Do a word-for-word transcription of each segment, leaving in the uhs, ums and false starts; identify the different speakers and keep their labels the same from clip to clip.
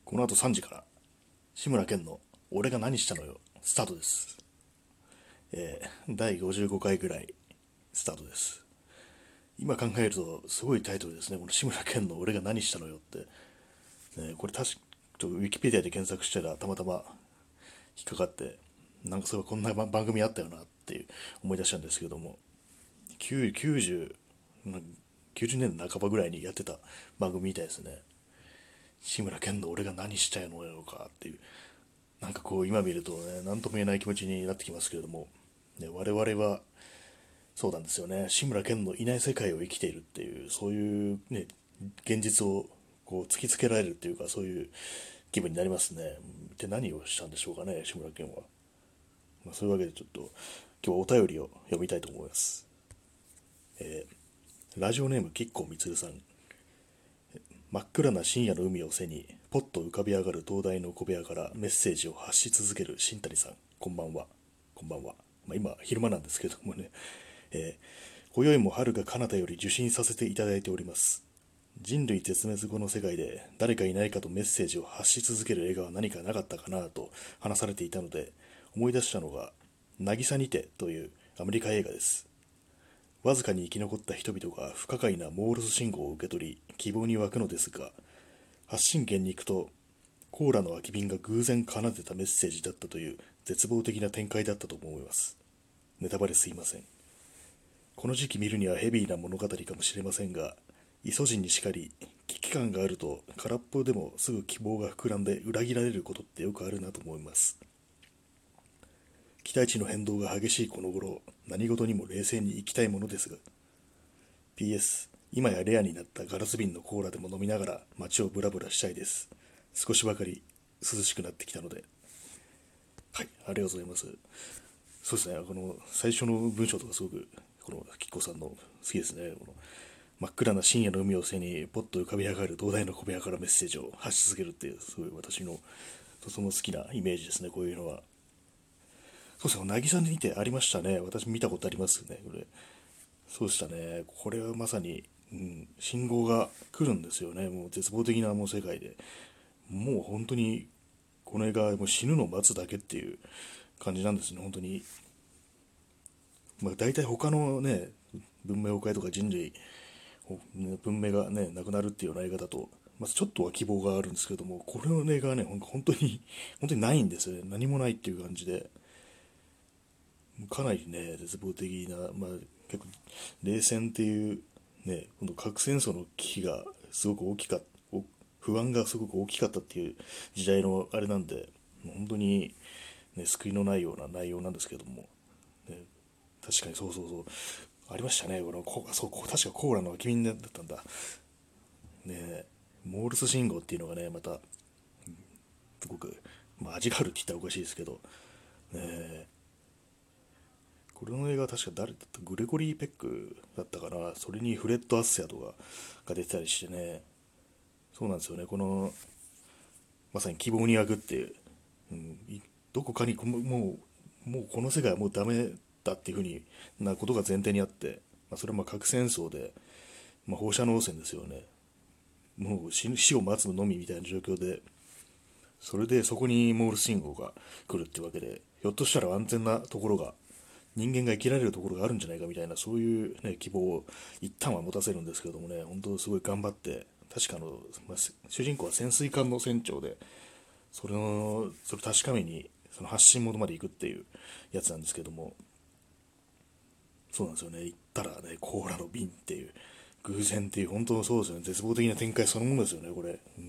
Speaker 1: この後さんじから志村けんの俺が何したのよスタートです。えー、だいごじゅうごかいぐらいスタートです。今考えるとすごいタイトルですね。この志村けんの俺が何したのよって、ね、これ確かウィキペディアで検索したらたまたま引っかかって、なんかそういえばこんな番組あったよなっていう思い出したんですけども、きゅうじゅう、きゅうじゅう、きゅうじゅうねんだいなかばぐらいにやってた番組みたいですね。志村けんの俺が何したのよかっていう、なんかこう今見るとね、何とも言えない気持ちになってきますけれども、ね、我々はそうなんですよね、志村けんのいない世界を生きているっていう、そういうね、現実をこう突きつけられるっていうか、そういう気分になりますね。で、何をしたんでしょうかね、志村けんは。まあ、そういうわけでちょっと今日はお便りを読みたいと思います。えー、ラジオネームきっこみつるさん。真っ暗な深夜の海を背にポッと浮かび上がる灯台の小部屋からメッセージを発し続ける新谷さん、こんばんは。こんばんは。まあ、今昼間なんですけどもね、えー、今宵も遥か彼方より受信させていただいております。人類絶滅後の世界で誰かいないかとメッセージを発し続ける映画は何かなかったかなと話されていたので、思い出したのが渚にてというアメリカ映画です。わずかに生き残った人々が不可解なモールス信号を受け取り希望に湧くのですが、発信源に行くとコーラの空き瓶が偶然奏でたメッセージだったという絶望的な展開だったと思います。ネタバレすいません。この時期見るにはヘビーな物語かもしれませんが、イソジンにしかり危機感があると空っぽでもすぐ希望が膨らんで裏切られることってよくあるなと思います。期待値の変動が激しいこの頃、何事にも冷静に生きたいものですが、 ピーエス 今やレアになったガラス瓶のコーラでも飲みながら街をブラブラしたいです。少しばかり涼しくなってきたので。はい、ありがとうございます。そうですね、この最初の文章とかすごく、このきっこさんの好きですね。この真っ暗な深夜の海を背にポッと浮かび上がる灯台の小部屋からメッセージを発し続けるっていう、すごい私のとても好きなイメージですね、こういうのは。そうですね、渚にてありましたね。私見たことありますね、これ。そうでしたね。これはまさに、うん、信号が来るんですよね。もう絶望的なもう世界で。もう本当に、この映画はもう死ぬのを待つだけっていう感じなんですね、本当に。まあ、大体他のね、文明崩壊とか人類、文明がね、なくなるっていうような映画だと、まあ、ちょっとは希望があるんですけども、これの映画はね、本当に、本当にないんですよね。何もないっていう感じで、かなりね、絶望的な、まあ、結構、冷戦っていう、ね、今度核戦争の危機がすごく大きかった、不安がすごく大きかったっていう時代のあれなんで、本当に、ね、救いのないような内容なんですけども、ね、確かにそうそうそう、ありましたね、このこそう確かコーラの空き瓶だったんだ。ね、モールス信号っていうのがね、また、すごく、まあ、味があるって言ったらおかしいですけど、ね、これの映画は確か誰だったグレゴリー・ペックだったかな、それにフレッド・アッセアとかが出てたりしてね、そうなんですよね、この、まさに希望に湧くっていう、うん、どこかにもう、もうこの世界はもうダメだっていうふうになことが前提にあって、まあ、それはまあ核戦争で、まあ、放射能汚染ですよね。もう死死を待つのみみたいな状況で、それでそこにモールス信号が来るってわけで、ひょっとしたら安全なところが、人間が生きられるところがあるんじゃないかみたいな、そういう、ね、希望を一旦は持たせるんですけどもね、本当すごい頑張って、確かあの、まあ、主人公は潜水艦の船長で、それの、それ確かめに、その発信元まで行くっていうやつなんですけども、そうなんですよね、行ったらね、コーラの瓶っていう、偶然っていう、本当そうですよね、絶望的な展開そのものですよね、これ。うん、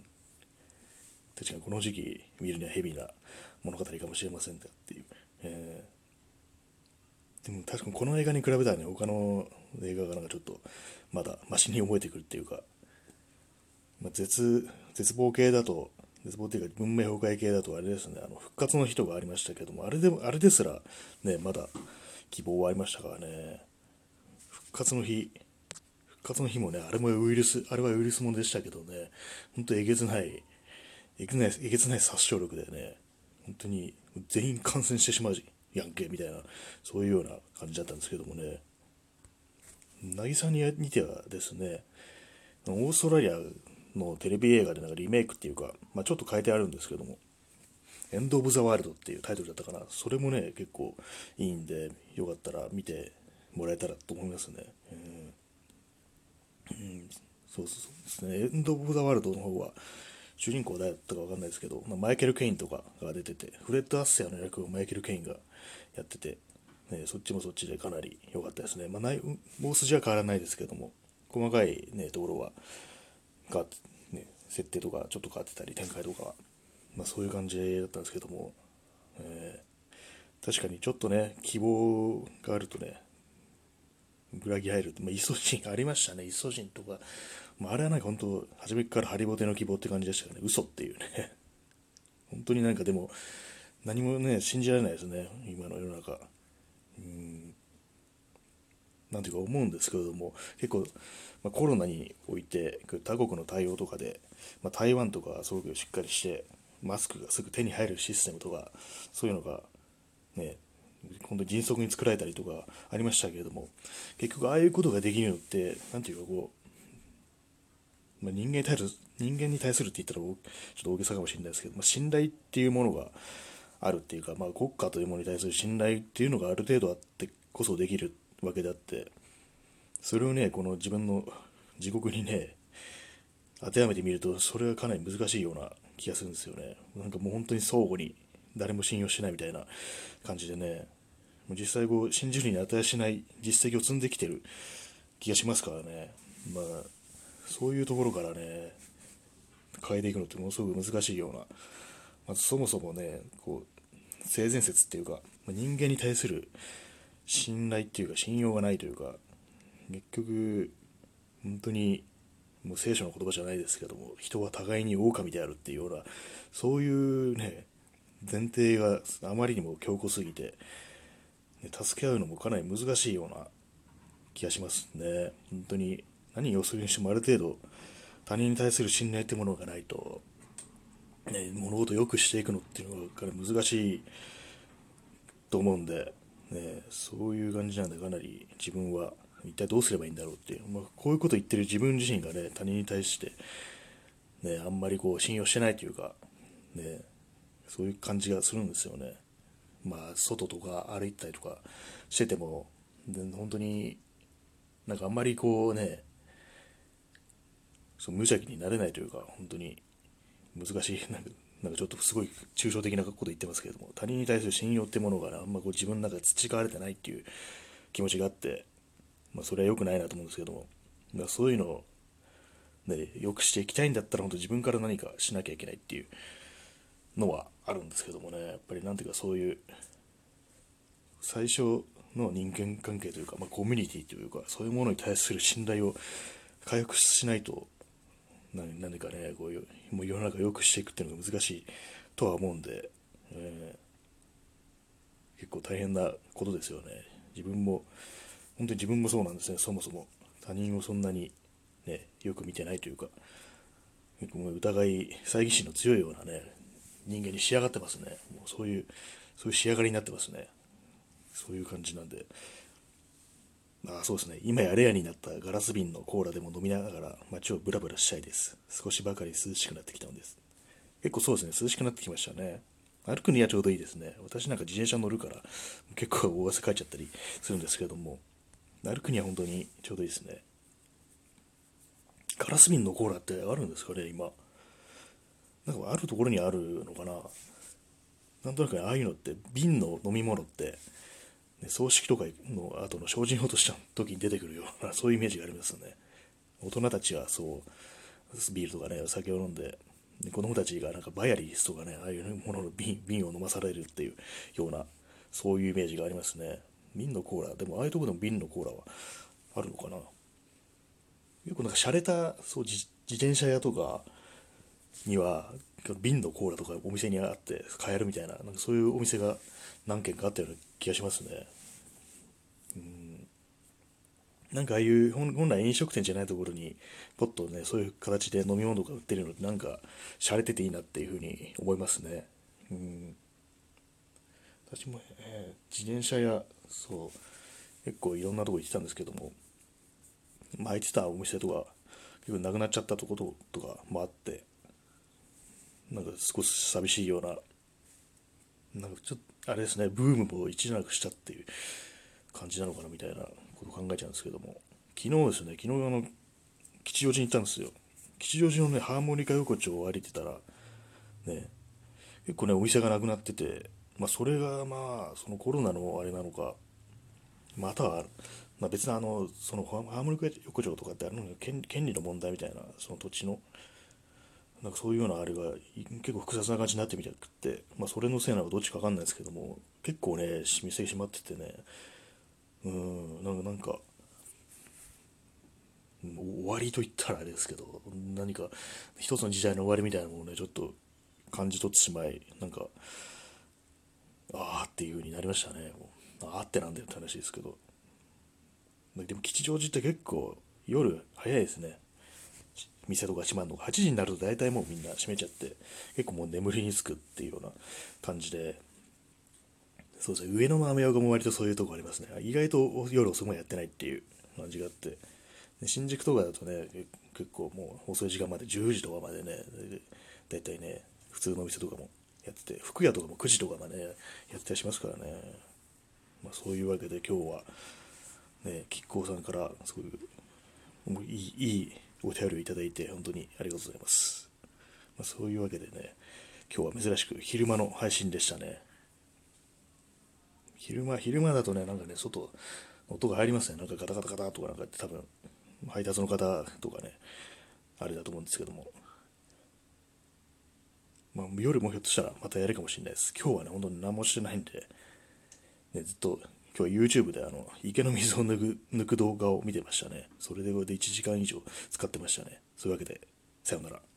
Speaker 1: 確かにこの時期見るにはヘビーな物語かもしれませんっていう。えー、でも確かにこの映画に比べたらね、他の映画がなんかちょっとまだマシに覚えてくるっていうか、まあ、絶絶望系だと、絶望っていうか文明崩壊系だとあれですね、あの復活の人がありましたけども、あれでもあれですらね、まだ希望はありましたからね。復活の日、復活の日もね、あれもウイルス、あれはウイルスもんでしたけどね、本当えげつない、えげつない、えげつない殺傷力でね、本当に全員感染してしまうやんけみたいな、そういうような感じだったんですけどもね、渚に似てはですね、オーストラリアのテレビ映画でなんかリメイクっていうか、まあ、ちょっと変えてあるんですけども、エンド・オブ・ザ・ワールドっていうタイトルだったかな。それもね、結構いいんで、よかったら見てもらえたらと思いますね。うん、うん、そうそうそうですね。エンド・オブ・ザ・ワールドの方は、主人公誰だったかわかんないですけど、まあ、マイケル・ケインとかが出てて、フレッド・アッセアの役をマイケル・ケインがやってて、ね、そっちもそっちでかなり良かったですね。まあ、ない大筋は変わらないですけども、細かい、ね、ところは変わって、ね、設定とかちょっと変わってたり、展開とかは、まあ、そういう感じだったんですけども、えー確かにちょっとね、希望があるとね、裏切られる、まあ、イソジンありましたね、イソジンとか、まあ、あれはなんか本当、初めからハリボテの希望って感じでしたよね、嘘っていうね、本当になんかでも、何もね、信じられないですね、今の世の中。なんていうか思うんですけれども、結構、まあ、コロナにおいて、他国の対応とかで、まあ、台湾とかすごくしっかりして、マスクがすぐ手に入るシステムとか、そういうのがね、本当に迅速に作られたりとかありましたけれども、結局ああいうことができるのって、なんていうかこう、まあ、人間に対する、人間に対するって言ったらちょっと大げさかもしれないですけど、まあ、信頼っていうものがあるっていうか、まあ、国家というものに対する信頼っていうのがある程度あってこそできるわけであって、それをね、この自分の自国にね、当てはめてみると、それはかなり難しいような気がするんですよね。なんかもう本当に相互に誰も信用しないみたいな感じでね、実際こう信じるに値しない実績を積んできてる気がしますからね。まあ、そういうところからね、変えていくのってものすごく難しいような、まずそもそもね、こう、性善説っていうか、人間に対する信頼っていうか信用がないというか、結局、本当にもう聖書の言葉じゃないですけども、人は互いに狼であるっていうような、そういうね、前提があまりにも強固すぎて、ね、助け合うのもかなり難しいような気がしますね。本当に何をするにしてもある程度他人に対する信頼ってものがないと、ね、物事を良くしていくのっていうのがかなり難しいと思うんで、ね、そういう感じなんでかなり自分は一体どうすればいいんだろうっていう、まあ、こういうこと言ってる自分自身がね他人に対して、ね、あんまりこう信用してないというか、ね、そういう感じがするんですよね。まあ外とか歩いたりとかしててもで本当になんかあんまりこうねそう無邪気になれないというか本当に難しいなんかなんかちょっとすごい抽象的なこと言ってますけれども、他人に対する信用ってものが、ね、あんまこう自分の中で培われてないっていう気持ちがあって、まあ、それは良くないなと思うんですけども、だからそういうのを、ね、良くしていきたいんだったら本当自分から何かしなきゃいけないっていうのはあるんですけどもね、やっぱりなんていうかそういう最初の人間関係というか、まあ、コミュニティというかそういうものに対する信頼を回復しないと何何かねこういうもう世の中を良くしていくっていうのが難しいとは思うんで、えー結構大変なことですよね。自分も本当に自分もそうなんですね。そもそも他人をそんなにねよく見てないというか、結構もう疑い猜疑心の強いようなね人間に仕上がってますね。もうそういうそういう仕上がりになってますね。そういう感じなんで、ああそうですね、今やレアになったガラス瓶のコーラでも飲みながら街をブラブラしたいです。少しばかり涼しくなってきたのです。結構そうですね、涼しくなってきましたね。歩くにはちょうどいいですね。私なんか自転車乗るから結構大汗かいちゃったりするんですけれども、歩くには本当にちょうどいいですね。ガラス瓶のコーラってあるんですかね、今。なんかあるところにあるのかな。なんとなくああいうのって瓶の飲み物って、ね、葬式とかの後の精進落とした時に出てくるようなそういうイメージがありますよね。大人たちはそうビールとかねお酒を飲んで、で子供たちがなんかバイアリースとかねああいうものの瓶瓶を飲まされるっていうようなそういうイメージがありますね。瓶のコーラでもああいうところでも瓶のコーラはあるのかな。結構なんか洒落たそう自自転車屋とかには瓶のコーラとかお店にあって買えるみたいな、なんかそういうお店が何軒かあったような気がしますね。なんかああいう本本来飲食店じゃないところにポッとねそういう形で飲み物とか売ってるのってなんか洒落てていいなっていうふうに思いますね。うん、私も、えー自転車やそう結構いろんなとこ行ってたんですけども、まあ、空いてたお店とか結構亡くなっちゃったとこととかもあって、なんか少し寂しいような、なんかちょっとあれですね、ブームも一段落したっていう感じなのかなみたいなことを考えちゃうんですけども、昨日ですね、昨日あの吉祥寺に行ったんですよ。吉祥寺のね、ハーモニカ横丁を歩いてたら、ね、結構ね、お店がなくなってて、まあ、それがまあ、そのコロナのあれなのか、または、まあ、別にあの、そのハーモニカ横丁とかってあるの権権利の問題みたいな、その土地の、なんかそういうようなあれが結構複雑な感じになってみたくって、まあ、それのせいなのかどっちかわかんないですけども、結構ね、店閉まっててね、うん、なんか、なんか、終わりと言ったらあれですけど、何か一つの時代の終わりみたいなものをね、ちょっと感じ取ってしまい、なんか、あーっていう風になりましたね。もうあーってなんだよって話ですけど。でも吉祥寺って結構夜早いですね。店とか閉まるのが。はちじになると大体もうみんな閉めちゃって、結構もう眠りにつくっていうような感じで、そうですね、上野のアメ横も割とそういうとこありますね。意外と夜遅くまでやってないっていう感じがあって、で新宿とかだとね、結構もう遅い時間までじゅうじとかまでね、だいたいね、普通のお店とかもやってて、服屋とかもくじとかまで、ね、やってたりしますからね。まあ、そういうわけで今日は、ね、吉光さんからすごいもういいいいお便りをいただいて本当にありがとうございます。まあ、そういうわけでね、今日は珍しく昼間の配信でしたね。昼間、昼間だとね、なんかね、外、音が入りますね。なんかガタガタガタとかなんかって多分、配達の方とかね、あれだと思うんですけども、まあ、夜もひょっとしたらまたやるかもしれないです。今日はね、本当に何もしてないんで、ね、ずっと今日は YouTube であの池の水を抜く抜く動画を見てましたね。それでこれでいちじかん以上使ってましたね。そういうわけで、さようなら。